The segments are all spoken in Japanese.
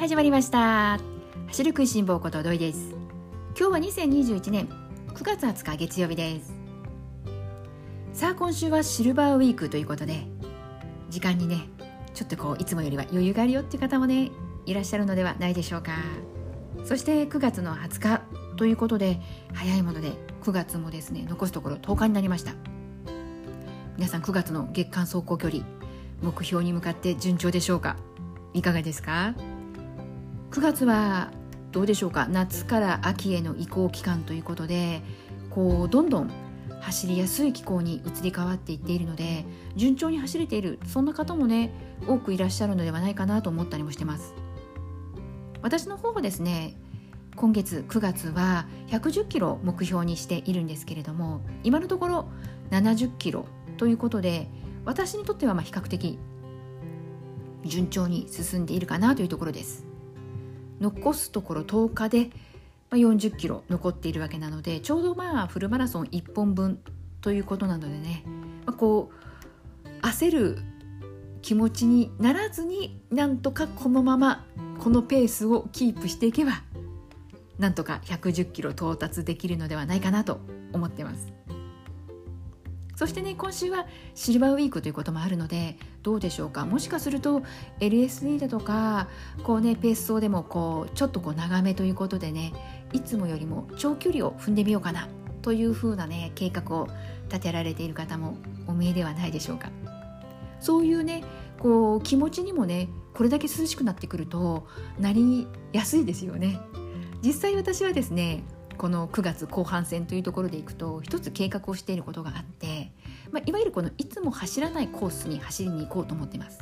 始まりました。走る食いしん坊こと土井です。今日は2021年9月20日月曜日です。さあ、今週はシルバーウィークということで、時間にねちょっといつもよりは余裕があるよっていう方もねいらっしゃるのではないでしょうか。そして9月の20日ということで、早いもので9月もですね残すところ10日になりました。皆さん9月の月間走行距離、目標に向かって順調でしょうか。いかがですか。9月はどうでしょうか。夏から秋への移行期間ということで、どんどん走りやすい気候に移り変わっていっているので、順調に走れている、そんな方もね多くいらっしゃるのではないかなと思ったりもしてます。私の方はですね、今月9月は110キロを目標にしているんですけれども、今のところ70キロということで、私にとっては比較的順調に進んでいるかなというところです。残すところ10日で40キロ残っているわけなので、ちょうどフルマラソン1本分ということなのでね、焦る気持ちにならずに、なんとかこのままこのペースをキープしていけば、なんとか110キロ到達できるのではないかなと思ってます。そしてね、今週はシルバーウィークということもあるので、どうでしょうか。もしかすると LSD だとかペース走でもちょっと長めということでね、いつもよりも長距離を踏んでみようかなというふうなね計画を立てられている方もお見えではないでしょうか。そういうね気持ちにもね、これだけ涼しくなってくるとなりやすいですよね。実際私はですね、この9月後半戦というところでいくと、一つ計画をしていることがあって、いわゆるいつも走らないコースに走りに行こうと思っています。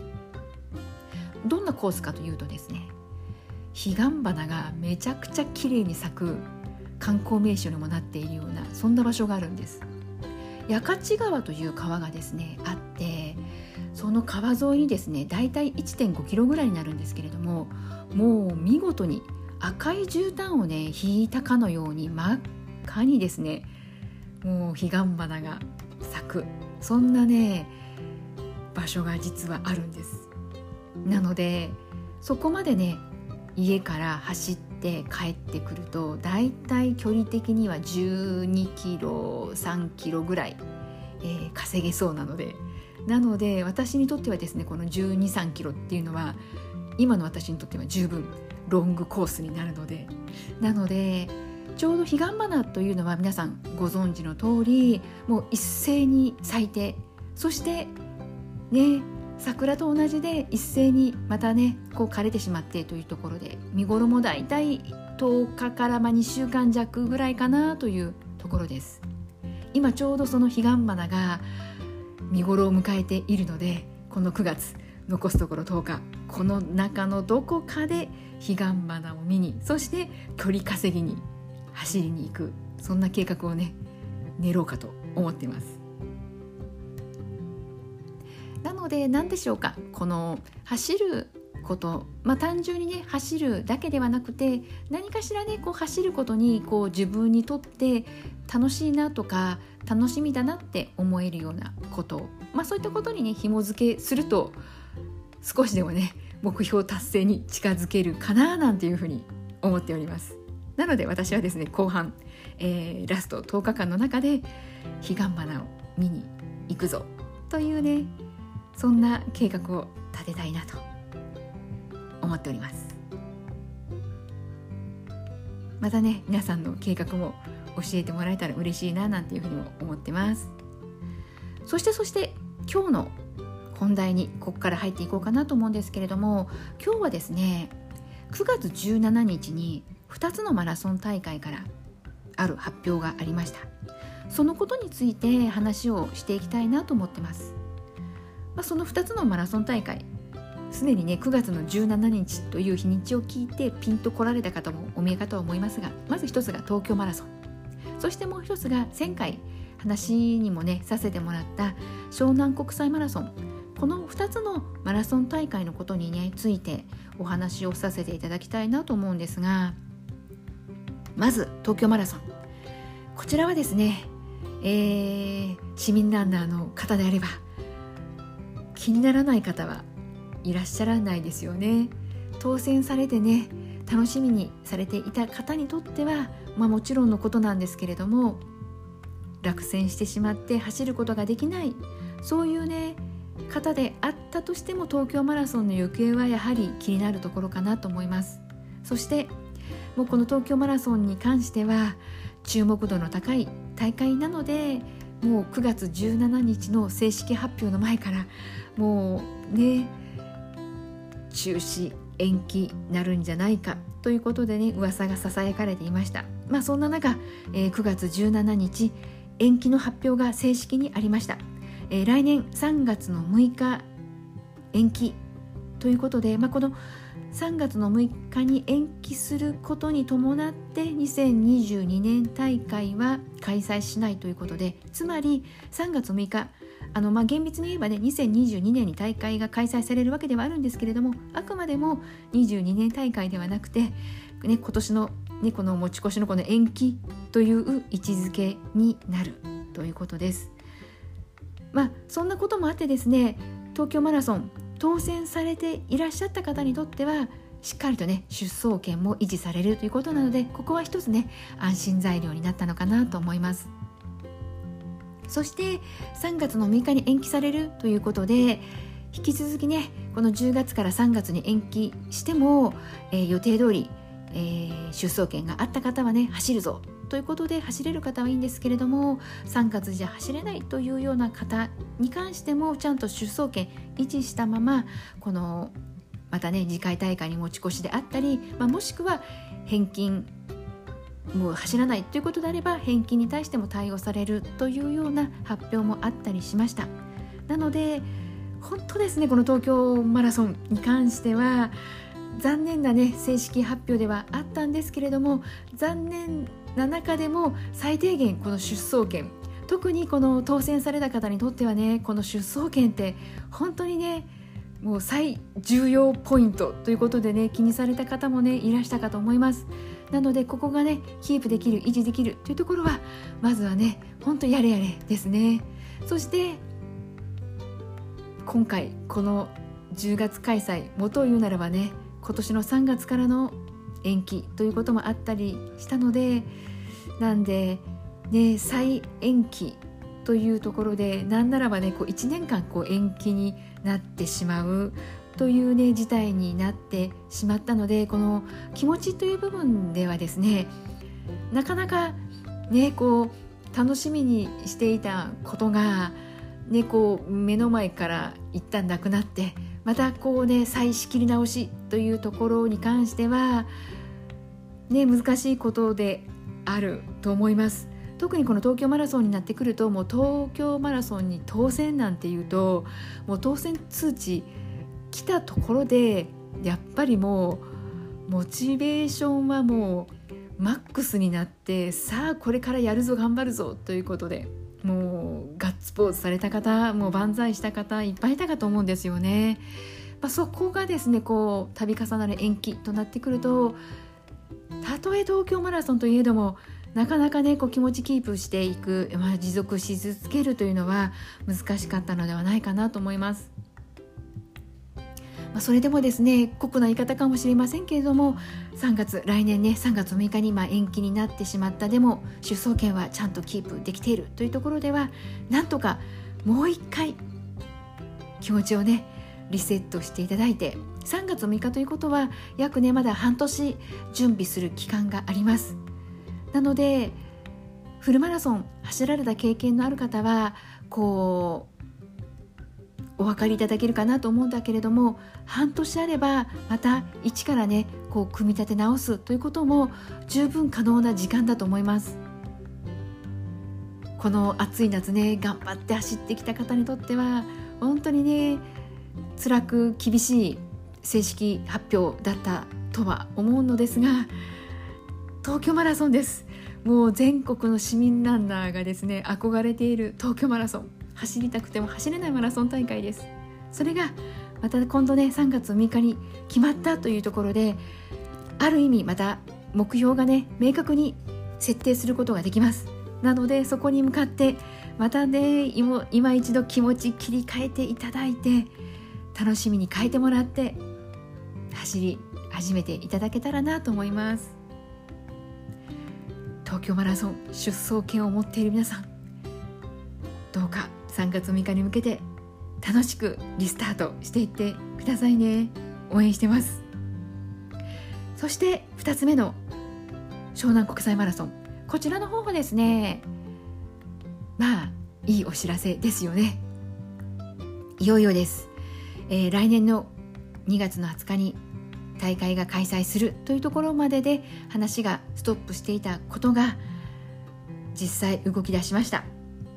どんなコースかというとですね、彼岸花がめちゃくちゃ綺麗に咲く観光名所にもなっているような、そんな場所があるんです。八勝川という川がですねあって、その川沿いにですねだいたい 1.5 キロぐらいになるんですけれども、もう見事に赤い絨毯をね引いたかのように真っ赤にですね、もう彼岸花が咲く、そんなね場所が実はあるんです。なのでそこまでね家から走って帰ってくると、だいたい距離的には12キロ3キロぐらい、稼げそうなので、私にとってはですね、この12、3キロっていうのは今の私にとっては十分ロングコースになるので、ちょうど彼岸花というのは皆さんご存知の通り、もう一斉に咲いて、そしてね桜と同じで一斉にまたね枯れてしまってというところで、見頃もだいたい10日から2週間弱ぐらいかなというところです。今ちょうどその彼岸花が見頃を迎えているので、この9月残すところ10日、この中のどこかで彼岸花を見に、そして距離稼ぎに走りに行く、そんな計画をね練ろうかと思っています。なので何でしょうか、この走ること、単純にね走るだけではなくて、何かしらね走ることに自分にとって楽しいなとか楽しみだなって思えるようなこと、そういったことにね紐付けすると、少しでもね目標達成に近づけるかななんていうふうに思っております。なので私はですね、後半、ラスト10日間の中で彼岸花を見に行くぞというね、そんな計画を立てたいなと思っております。またね皆さんの計画も教えてもらえたら嬉しいななんていうふうにも思ってます。そして今日の本題にここから入っていこうかなと思うんですけれども、今日はですね9月17日に2つのマラソン大会からある発表がありました。そのことについて話をしていきたいなと思ってます。その2つのマラソン大会、すでにね9月の17日という日にちを聞いてピンと来られた方もお見えかと思いますが、まず一つが東京マラソン、そしてもう一つが前回話にもねさせてもらった湘南国際マラソン、この2つのマラソン大会のことにねついてお話をさせていただきたいなと思うんですが、まず東京マラソン、こちらはですね、市民ランナーの方であれば気にならない方はいらっしゃらないですよね。 当選されてね楽しみにされていた方にとっては、もちろんのことなんですけれども、落選してしまって走ることができない、そういうね方であったとしても、東京マラソンの行方はやはり気になるところかなと思います。そしてもうこの東京マラソンに関しては注目度の高い大会なので、もう9月17日の正式発表の前からもうね中止延期なるんじゃないかということでね噂がささやかれていました。そんな中、9月17日延期の発表が正式にありました。来年3月の6日延期ということで、この3月の6日に延期することに伴って2022年大会は開催しないということで、つまり3月6日厳密に言えばね2022年に大会が開催されるわけではあるんですけれども、あくまでも22年大会ではなくて、今年の、この持ち越しのこの延期という位置づけになるということです。そんなこともあってですね、東京マラソン当選されていらっしゃった方にとってはしっかりとね出走権も維持されるということなので、ここは一つね安心材料になったのかなと思います。そして3月の6日に延期されるということで、引き続きねこの10月から3月に延期しても、予定通り、出走権があった方はね走るぞということで走れる方はいいんですけれども、3月じゃ走れないというような方に関してもちゃんと出走権維持したまま、このまたね次回大会に持ち越しであったり、もしくは返金、もう走らないということであれば返金に対しても対応されるというような発表もあったりしました。なので本当ですね、この東京マラソンに関しては残念なね正式発表ではあったんですけれども、残念な中でも最低限この出走権、特にこの当選された方にとってはねこの出走権って本当にねもう最重要ポイントということでね気にされた方もねいらしたかと思います。なのでここがねキープできる、維持できるというところはまずはね本当やれやれですね。そして今回この10月開催、元を言うならばね今年の3月からの延期ということもあったりしたので、なんでね再延期というところで、なんならばね1年間延期になってしまうというね事態になってしまったので、この気持ちという部分ではですね、なかなかね楽しみにしていたことがね目の前から一旦なくなって、また再仕切り直しというところに関してはね難しいことであると思います。特にこの東京マラソンになってくると、もう東京マラソンに当選なんていうと、もう当選通知来たところでやっぱりもうモチベーションはもうマックスになって、さあこれからやるぞ頑張るぞということで、もうガッツポーズされた方、もう万歳した方いっぱいいたかと思うんですよね。そこがですね度重なる延期となってくると、たとえ東京マラソンといえどもなかなかね気持ちキープしていく、持続し続けるというのは難しかったのではないかなと思います。それでもですね酷な言い方かもしれませんけれども、来年ね3月6日に延期になってしまった、でも出走権はちゃんとキープできているというところでは、なんとかもう一回気持ちをねリセットしていただいて、3月6日ということは約ねまだ半年準備する期間があります。なのでフルマラソン走られた経験のある方はお分かりいただけるかなと思うんだけれども、半年あればまた一からね組み立て直すということも十分可能な時間だと思います。この暑い夏ね頑張って走ってきた方にとっては本当にね辛く厳しい正式発表だったとは思うのですが、東京マラソンです。もう全国の市民ランナーがですね憧れている東京マラソン、走りたくても走れないマラソン大会です。それがまた今度ね3月6日に決まったというところで、ある意味また目標がね明確に設定することができます。なのでそこに向かってまたね今一度気持ち切り替えていただいて、楽しみに変えてもらって走り始めていただけたらなと思います。東京マラソン出走権を持っている皆さん、どうか3月6日に向けて楽しくリスタートしていってくださいね。応援してます。そして2つ目の湘南国際マラソン、こちらの方はですね、いいお知らせですよね。いよいよです。来年の2月の20日に大会が開催するというところまでで話がストップしていたことが実際動き出しました。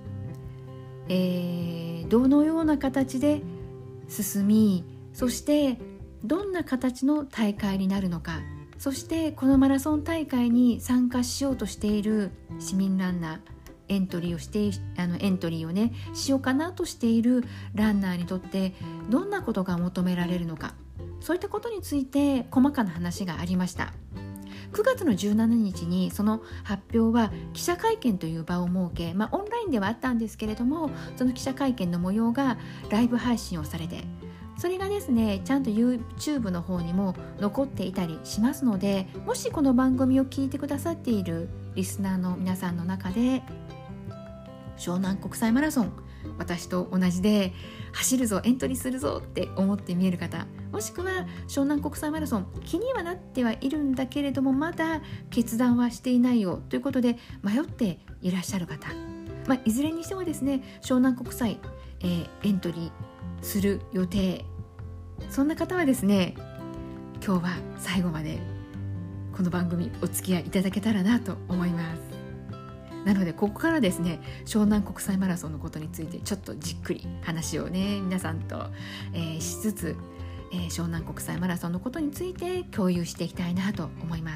どのような形で進み、そしてどんな形の大会になるのか、そしてこのマラソン大会に参加しようとしている市民ランナー、エントリーをねしようかなとしているランナーにとってどんなことが求められるのか、そういったことについて細かな話がありました。9月の17日にその発表は記者会見という場を設け、オンラインではあったんですけれども、その記者会見の模様がライブ配信をされて、それがですねちゃんと YouTube の方にも残っていたりしますので、もしこの番組を聞いてくださっているリスナーの皆さんの中で湘南国際マラソン、私と同じで走るぞ、エントリーするぞって思って見える方、もしくは湘南国際マラソン気にはなってはいるんだけれどもまだ決断はしていないよということで迷っていらっしゃる方、いずれにしてもですね湘南国際、エントリーする予定、そんな方はですね今日は最後までこの番組お付き合いいただけたらなと思います。なのでここからですね湘南国際マラソンのことについてちょっとじっくり話をね皆さんと、しつつ、湘南国際マラソンのことについて共有していきたいなと思います。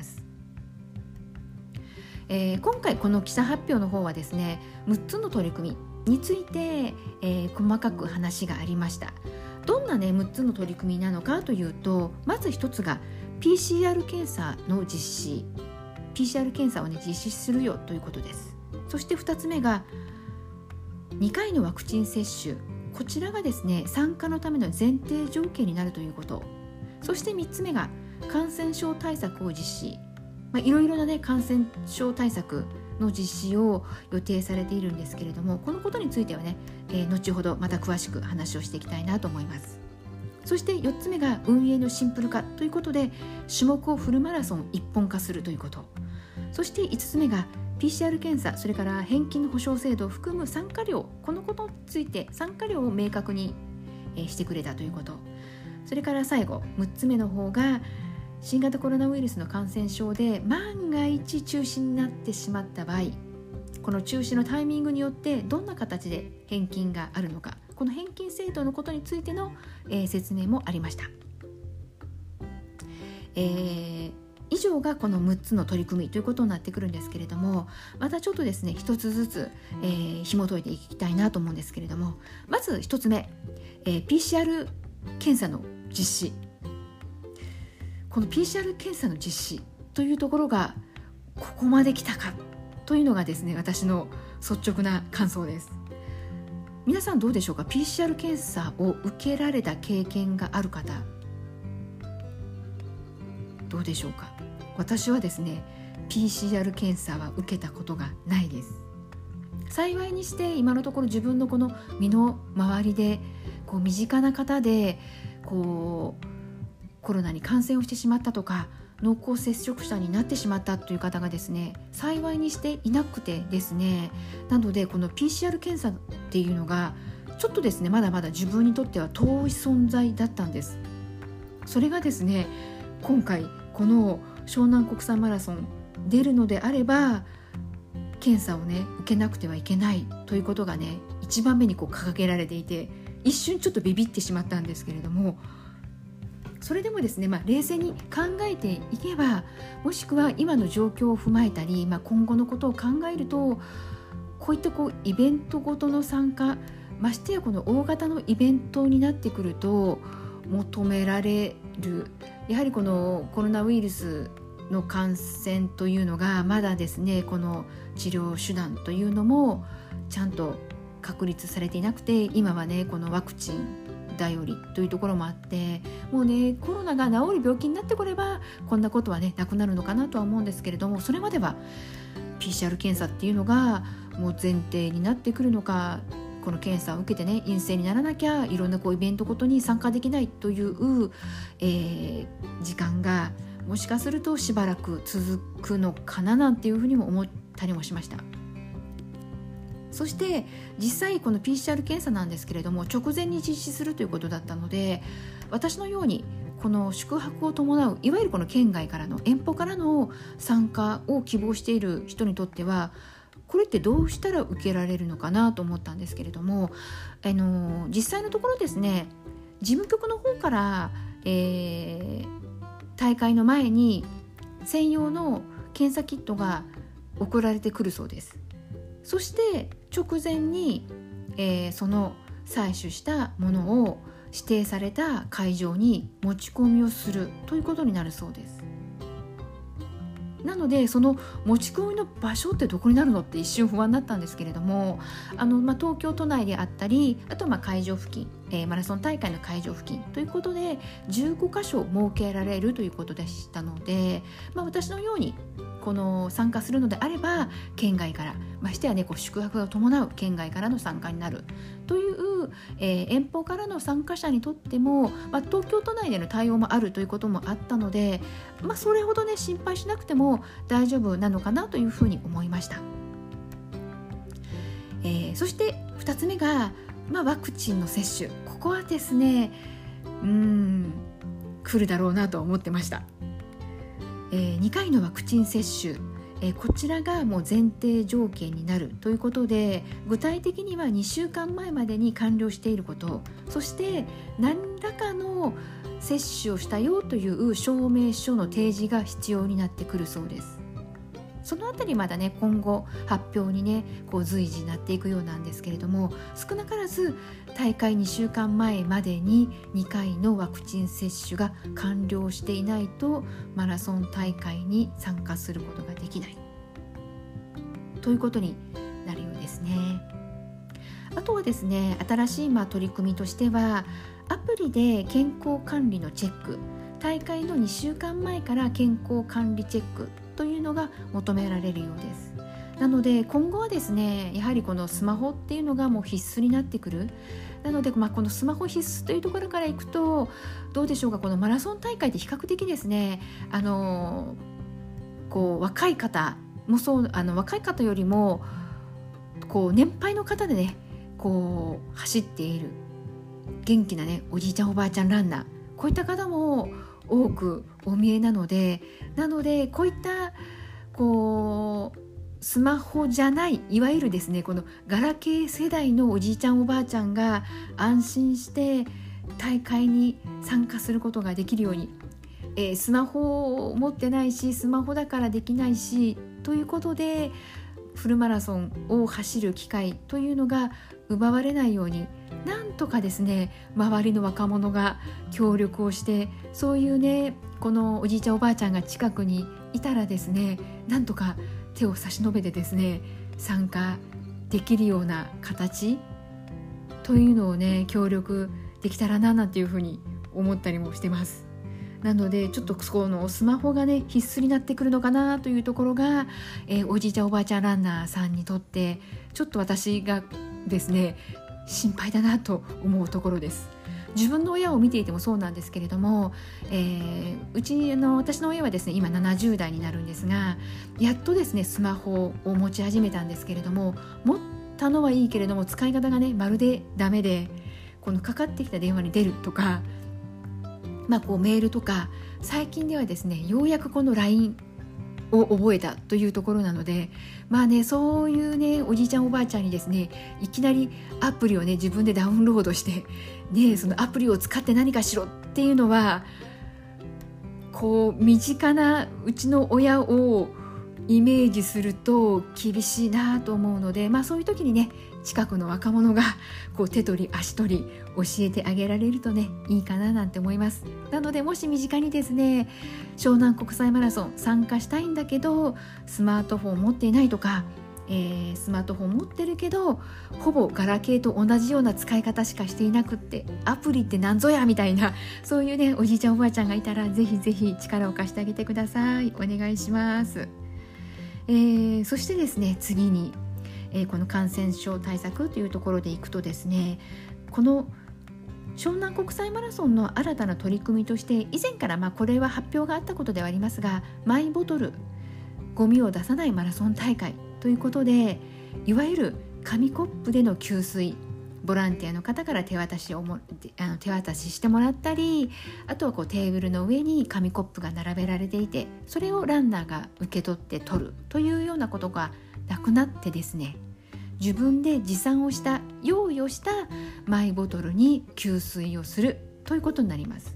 今回この記者発表の方はですね6つの取り組みについて、細かく話がありました。どんなね6つの取り組みなのかというと、まず1つが PCR 検査の実施、 PCR 検査をね実施するよということです。そして2つ目が2回のワクチン接種、こちらがですね参加のための前提条件になるということ。そして3つ目が感染症対策を実施、いろいろなね感染症対策の実施を予定されているんですけれども、このことについてはね、後ほどまた詳しく話をしていきたいなと思います。そして4つ目が運営のシンプル化ということで種目をフルマラソン一本化するということ。そして5つ目が PCR 検査、それから返金の保証制度を含む参加料、このことについて参加料を明確にしてくれたということ。それから最後6つ目の方が新型コロナウイルスの感染症で万が一中止になってしまった場合、この中止のタイミングによってどんな形で返金があるのか、この返金制度のことについての、説明もありました。以上がこの6つの取り組みということになってくるんですけれども、またちょっとですね一つずつ、紐解いていきたいなと思うんですけれども、まず1つ目、PCR 検査の実施。この PCR 検査の実施というところがここまで来たかというのがですね私の率直な感想です。皆さんどうでしょうか。 PCR 検査を受けられた経験がある方どうでしょうか。私はですね PCR 検査は受けたことがないです。幸いにして今のところ自分のこの身の回りで身近な方でコロナに感染をしてしまったとか濃厚接触者になってしまったという方がですね幸いにしていなくてですね、なのでこの PCR 検査っていうのがちょっとですねまだまだ自分にとっては遠い存在だったんです。それがですね今回この湘南国際マラソン出るのであれば検査をね受けなくてはいけないということがね一番目に掲げられていて、一瞬ちょっとビビってしまったんですけれども、それでもですね、冷静に考えていけば、もしくは今の状況を踏まえたり、今後のことを考えるとこういったイベントごとの参加、ましてやこの大型のイベントになってくると求められる、やはりこのコロナウイルスの感染というのがまだですねこの治療手段というのもちゃんと確立されていなくて、今はねこのワクチン頼りというところもあって、もうねコロナが治る病気になってこればこんなことはねなくなるのかなとは思うんですけれども、それまでは PCR 検査っていうのがもう前提になってくるのか、この検査を受けてね陰性にならなきゃいろんなイベントごとに参加できないという、時間がもしかするとしばらく続くのかななんていうふうにも思ったりもしました。そして実際この PCR 検査なんですけれども直前に実施するということだったので、私のようにこの宿泊を伴ういわゆるこの県外からの遠方からの参加を希望している人にとってはこれってどうしたら受けられるのかなと思ったんですけれども、実際のところですね、事務局の方から、大会の前に専用の検査キットが送られてくるそうです。そして直前に、その採取したものを指定された会場に持ち込みをするということになるそうです。なのでその持ち込みの場所ってどこになるのって一瞬不安だったんですけれども、東京都内であったり、あとは会場付近、マラソン大会の会場付近ということで15カ所設けられるということでしたので、私のようにこの参加するのであれば県外からましてやね宿泊が伴う県外からの参加になるという、遠方からの参加者にとっても、東京都内での対応もあるということもあったので、それほどね心配しなくても大丈夫なのかなというふうに思いました。そして2つ目が、ワクチンの接種。ここはですね来るだろうなと思ってました。2回のワクチン接種、こちらがもう前提条件になるということで、具体的には2週間前までに完了していること、そして何らかの接種をしたよという証明書の提示が必要になってくるそうです。そのあたりまだね今後発表にね随時なっていくようなんですけれども、少なからず大会2週間前までに2回のワクチン接種が完了していないとマラソン大会に参加することができないということになるようですね。あとはですね、新しい取り組みとしてはアプリで健康管理のチェック、大会の2週間前から健康管理チェックというのが求められるようです。なので今後はですね、やはりこのスマホっていうのがもう必須になってくる。なので、このスマホ必須というところからいくとどうでしょうか、このマラソン大会って比較的ですね、若い方もそう、若い方よりも年配の方でね走っている元気なねおじいちゃんおばあちゃんランナー、こういった方も多くお見えなのでこういったスマホじゃないいわゆるですねこのガラケー世代のおじいちゃんおばあちゃんが安心して大会に参加することができるように、スマホを持ってないしスマホだからできないしということでフルマラソンを走る機会というのが奪われないように、なんとかですね周りの若者が協力をして、そういうねこのおじいちゃんおばあちゃんが近くにいたらですね、なんとか手を差し伸べてですね参加できるような形というのをね協力できたらななんていうふうに思ったりもしてます。なのでちょっとこのスマホがね必須になってくるのかなというところが、おじいちゃんおばあちゃんランナーさんにとってちょっと私がですね心配だなと思うところです。自分の親を見ていてもそうなんですけれども、私の親はですね今70代になるんですが、やっとですねスマホを持ち始めたんですけれども、持ったのはいいけれども使い方がねまるでダメで、このかかってきた電話に出るとか、メールとか、最近ではですねようやくこの LINE を覚えたというところなので、そういうねおじいちゃんおばあちゃんにですねいきなりアプリをね自分でダウンロードしてね、そのアプリを使って何かしろっていうのは身近なうちの親をイメージすると厳しいなと思うので、そういう時にね近くの若者が手取り足取り教えてあげられるとねいいかななんて思います。なのでもし身近にですね湘南国際マラソン参加したいんだけどスマートフォンを持っていないとか、 スマートフォン持ってるけどほぼガラケーと同じような使い方しかしていなくって、アプリってなんぞやみたいな、そういうねおじいちゃんおばあちゃんがいたらぜひぜひ力を貸してあげてください。お願いします。そしてですね、次に、この感染症対策というところでいくとですね、この湘南国際マラソンの新たな取り組みとして、以前からこれは発表があったことではありますが、マイボトルゴミを出さないマラソン大会ということで、いわゆる紙コップでの給水、ボランティアの方から手渡ししてもらったり、あとはテーブルの上に紙コップが並べられていて、それをランナーが受け取って取るというようなことがなくなってですね、自分で持参をした用意をしたマイボトルに給水をするということになります。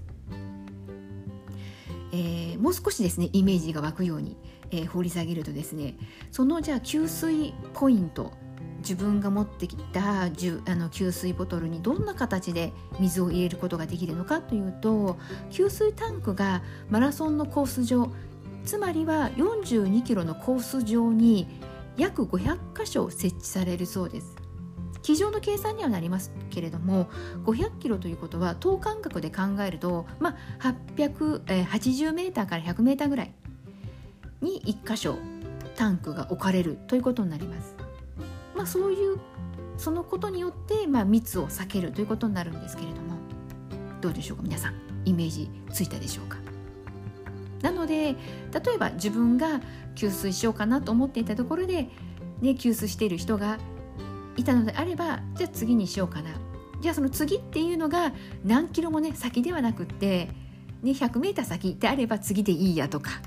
もう少しですねイメージが湧くように、掘り下げるとですね、そのじゃあ給水ポイント、自分が持ってきた給水ボトルにどんな形で水を入れることができるのかというと、給水タンクがマラソンのコース上、つまりは42キロのコース上に約500箇所設置されるそうです。机上の計算にはなりますけれども、500キロということは等間隔で考えると、80メーターから100メーターぐらいに1箇所タンクが置かれるということになります。そのことによって、密を避けるということになるんですけれども、どうでしょうか皆さん、イメージついたでしょうか。なので例えば自分が給水しようかなと思っていたところで、給水している人がいたのであれば、じゃあ次にしようかな、じゃあその次っていうのが何キロも先ではなくって、100メーター先であれば次でいいやとか、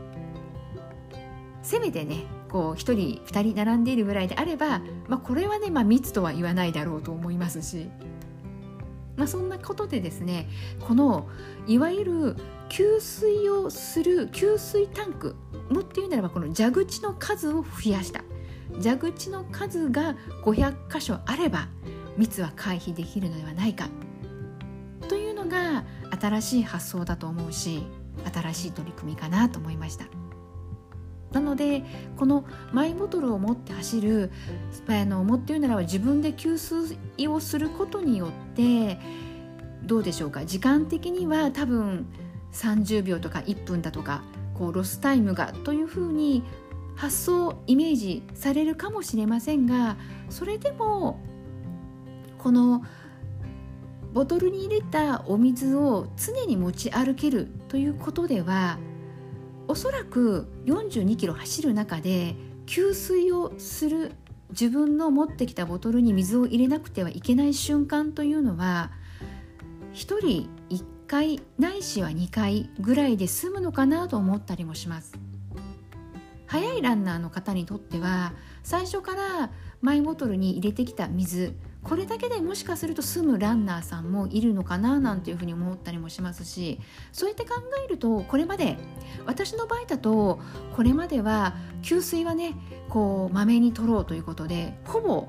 せめて1人2人並んでいるぐらいであれば、これは密とは言わないだろうと思いますし、そんなことでですね、このいわゆる給水をする給水タンクもっていうならば、この蛇口の数を増やした、蛇口の数が500箇所あれば密は回避できるのではないかというのが新しい発想だと思うし、新しい取り組みかなと思いました。なのでこのマイボトルを持って走る、持っていうならば自分で給水をすることによってどうでしょうか、時間的には多分30秒とか1分だとかロスタイムがというふうに発想イメージされるかもしれませんが、それでもこのボトルに入れたお水を常に持ち歩けるということでは、おそらく42キロ走る中で給水をする、自分の持ってきたボトルに水を入れなくてはいけない瞬間というのは1人1回ないしは2回ぐらいで済むのかなと思ったりもします。速いランナーの方にとっては最初からマイボトルに入れてきた水、これだけでもしかすると済むランナーさんもいるのかななんていうふうに思ったりもしますし、そうやって考えると、これまで私の場合だとこれまでは給水はまめに取ろうということで、ほぼ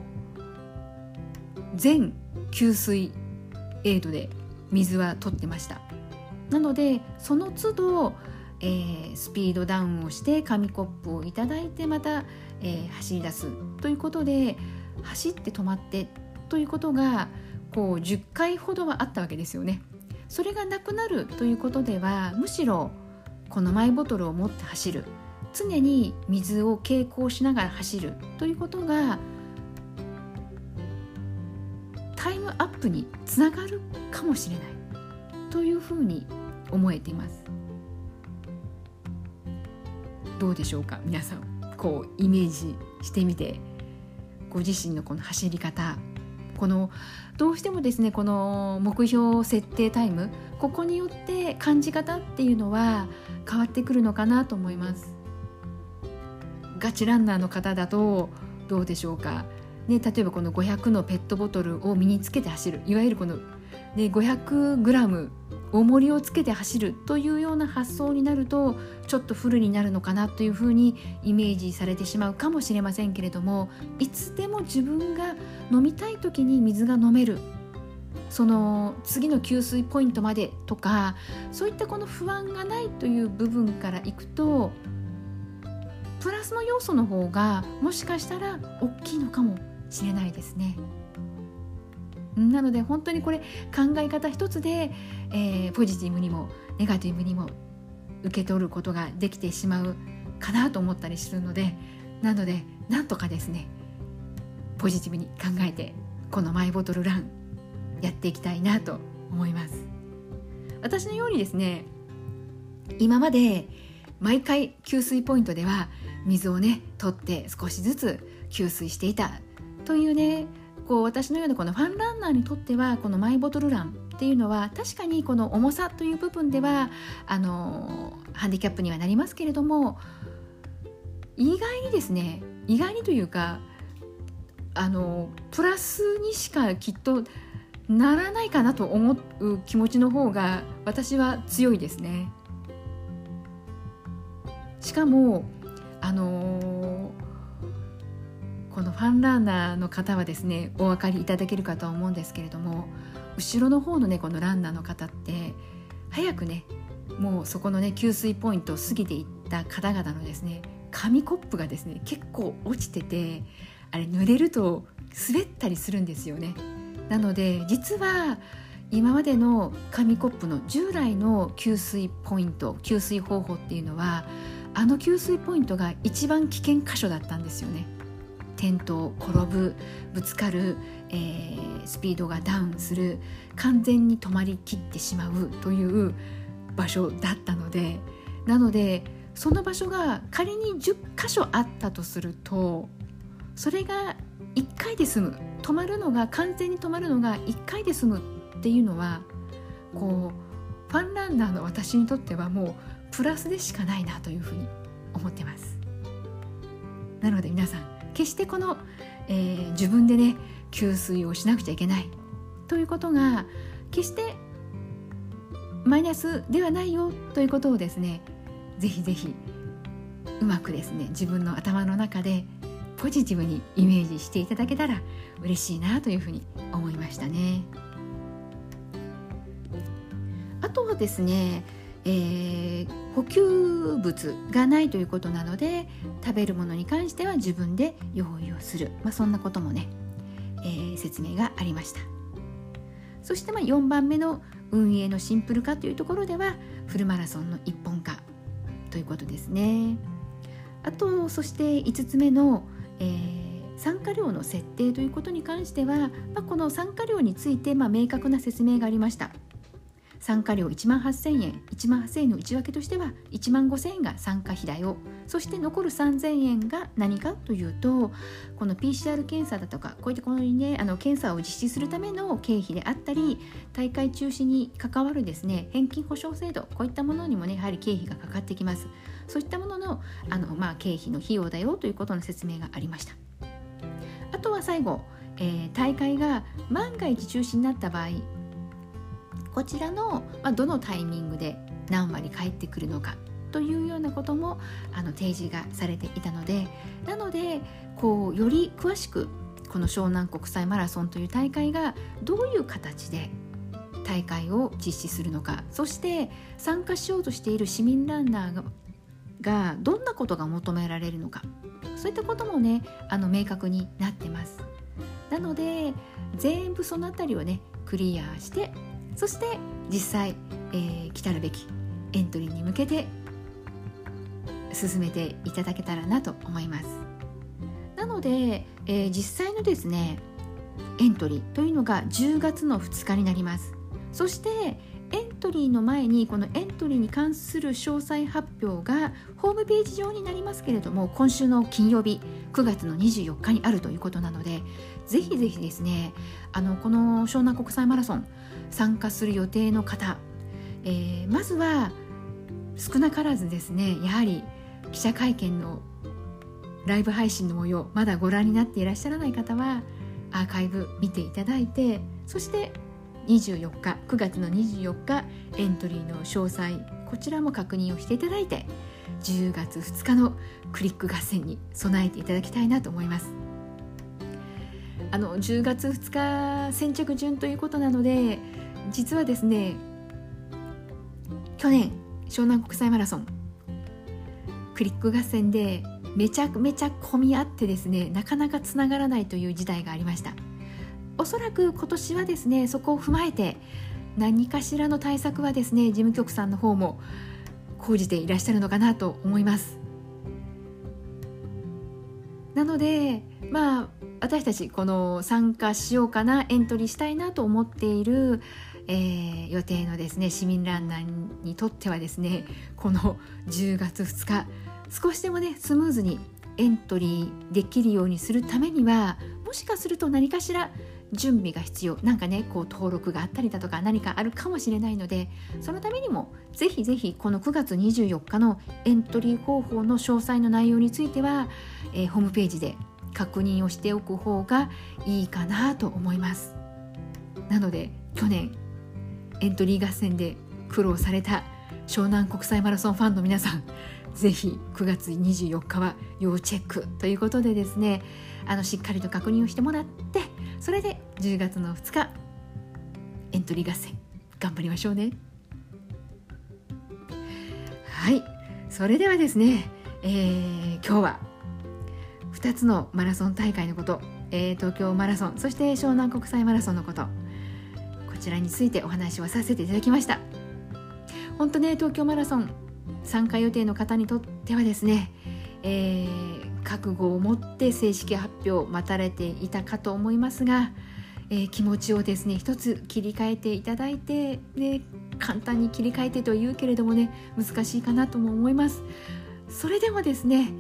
全給水エイドで水は取ってました。なのでその都度、スピードダウンをして紙コップをいただいてまた、走り出すということで、走って止まってということが10回ほどはあったわけですよね。それがなくなるということでは、むしろこのマイボトルを持って走る、常に水を携行しながら走るということがタイムアップにつながるかもしれないというふうに思えています。どうでしょうか皆さん、イメージしてみて、ご自身のこの走り方、どうしてもですねこの目標設定タイム、ここによって感じ方っていうのは変わってくるのかなと思います。ガチランナーの方だとどうでしょうか、例えばこの500のペットボトルを身につけて走る、いわゆるこの、500グラム重りをつけて走るというような発想になると、ちょっとフルになるのかなというふうにイメージされてしまうかもしれませんけれども、いつでも自分が飲みたい時に水が飲める、その次の給水ポイントまでとか、そういったこの不安がないという部分からいくと、 プラスの要素の方がもしかしたら大きいのかもしれないですね。なので本当にこれ考え方一つで、ポジティブにもネガティブにも受け取ることができてしまうかなと思ったりするので、なのでなんとかですねポジティブに考えてこのマイボトルランやっていきたいなと思います。私のようにですね、今まで毎回給水ポイントでは水をね取って少しずつ給水していたというね、私のようなこのファンランナーにとってはこのマイボトルランっていうのは確かにこの重さという部分ではハンディキャップにはなりますけれども、意外にですね、意外にというかプラスにしかきっとならないかなと思う気持ちの方が私は強いですね。しかもこのファンランナーの方はですねお分かりいただけるかと思うんですけれども、後ろの方のねこのランナーの方って早くねもうそこのね給水ポイントを過ぎていった方々のですね紙コップがですね結構落ちてて、あれ濡れると滑ったりするんですよね。なので実は今までの紙コップの従来の給水ポイント、給水方法っていうのは給水ポイントが一番危険箇所だったんですよね。転倒、転ぶ、ぶつかる、スピードがダウンする、完全に止まりきってしまうという場所だったので、なのでその場所が仮に10箇所あったとすると、それが1回で済む、完全に止まるのが1回で済むっていうのはファンランナーの私にとってはもうプラスでしかないなというふうに思ってます。なので皆さん決してこの、自分でね給水をしなくちゃいけないということが決してマイナスではないよということをですね、ぜひぜひうまくですね自分の頭の中でポジティブにイメージしていただけたら嬉しいなというふうに思いましたね。あとはですね、補給物がないということなので、食べるものに関しては自分で用意をする、そんなこともね、説明がありました。そして4番目の運営のシンプル化というところではフルマラソンの一本化ということですね。あとそして5つ目の、参加料の設定ということに関しては、この参加料について明確な説明がありました。参加料18,000円、18,000円の内訳としては15,000円が参加費だよ。そして残る3,000円が何かというと、この PCR 検査だとか、こういったこのね検査を実施するための経費であったり、大会中止に関わるですね返金保証制度、こういったものにもねやはり経費がかかってきます。そういったものの経費の費用だよということの説明がありました。あとは最後、大会が万が一中止になった場合、こちらの、どのタイミングで何割返ってくるのかというようなことも提示がされていたので、なのでより詳しくこの湘南国際マラソンという大会がどういう形で大会を実施するのか、そして参加しようとしている市民ランナーがどんなことが求められるのか、そういったこともね明確になってます。なので全部そのあたりをねクリアして、そして実際、来たるべきエントリーに向けて進めていただけたらなと思います。なので、実際のですねエントリーというのが10月の2日になります。そしてエントリーの前にこのエントリーに関する詳細発表がホームページ上になりますけれども、今週の金曜日9月の24日にあるということなので、ぜひぜひですねこの湘南国際マラソン参加する予定の方、まずは少なからずですね、やはり記者会見のライブ配信の模様まだご覧になっていらっしゃらない方はアーカイブ見ていただいて、そして9月の24日エントリーの詳細、こちらも確認をしていただいて、10月2日のクリック合戦に備えていただきたいなと思います。10月2日先着順ということなので、実はですね去年湘南国際マラソンクリック合戦でめちゃめちゃ混み合ってですね、なかなかつながらないという事態がありました。おそらく今年はですね、そこを踏まえて何かしらの対策はですね、事務局さんの方も講じていらっしゃるのかなと思います。なので私たちこの参加しようかな、エントリーしたいなと思っている、予定のですね市民ランナーにとってはですね、この10月2日少しでもねスムーズにエントリーできるようにするためには、もしかすると何かしら準備が必要、登録があったりだとか何かあるかもしれないので、そのためにもぜひぜひこの9月24日のエントリー方法の詳細の内容については、ホームページで確認をしておく方がいいかなと思います。なので去年エントリー合戦で苦労された湘南国際マラソンファンの皆さん、ぜひ9月24日は要チェックということでですね、しっかりと確認をしてもらって、それで10月の2日エントリー合戦頑張りましょうね。はい、それではですね、今日は2つのマラソン大会のこと、東京マラソン、そして湘南国際マラソンのこと、こちらについてお話をさせていただきました。本当ね、東京マラソン参加予定の方にとってはですね、覚悟を持って正式発表を待たれていたかと思いますが、気持ちをですね一つ切り替えていただいて、簡単に切り替えてというけれどもね、難しいかなとも思います。それでもですね、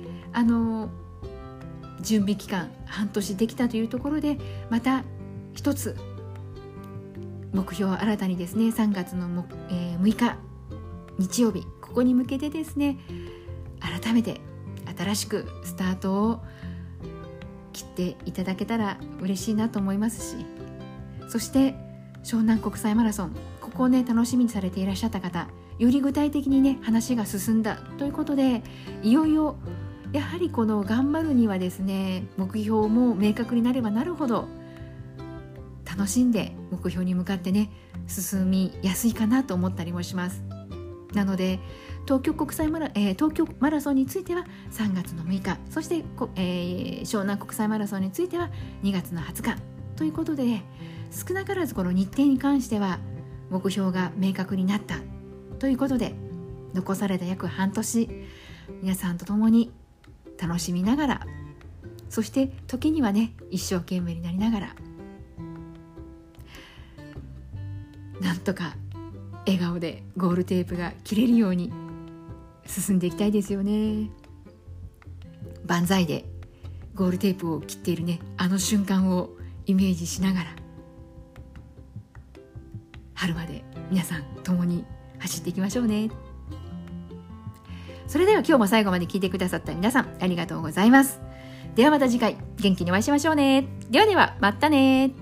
準備期間半年できたというところで、また一つ目標を新たにですね、3月の6日日曜日、ここに向けてですね、改めて新しくスタートを切っていただけたら嬉しいなと思いますし、そして湘南国際マラソン、ここをね楽しみにされていらっしゃった方、より具体的にね話が進んだということで、いよいよやはりこの頑張るにはですね、目標も明確になればなるほど楽しんで目標に向かってね進みやすいかなと思ったりもします。なので東京マラソンについては3月の6日、そして、湘南国際マラソンについては2月の20日ということで、少なからずこの日程に関しては目標が明確になったということで、残された約半年、皆さんと共に楽しみながら、そして時にはね一生懸命になりながら、なんとか笑顔でゴールテープが切れるように進んでいきたいですよね。万歳でゴールテープを切っているね、あの瞬間をイメージしながら、春まで皆さん共に走っていきましょうね。それでは今日も最後まで聞いてくださった皆さん、ありがとうございます。ではまた次回元気にお会いしましょうね。ではではまたね。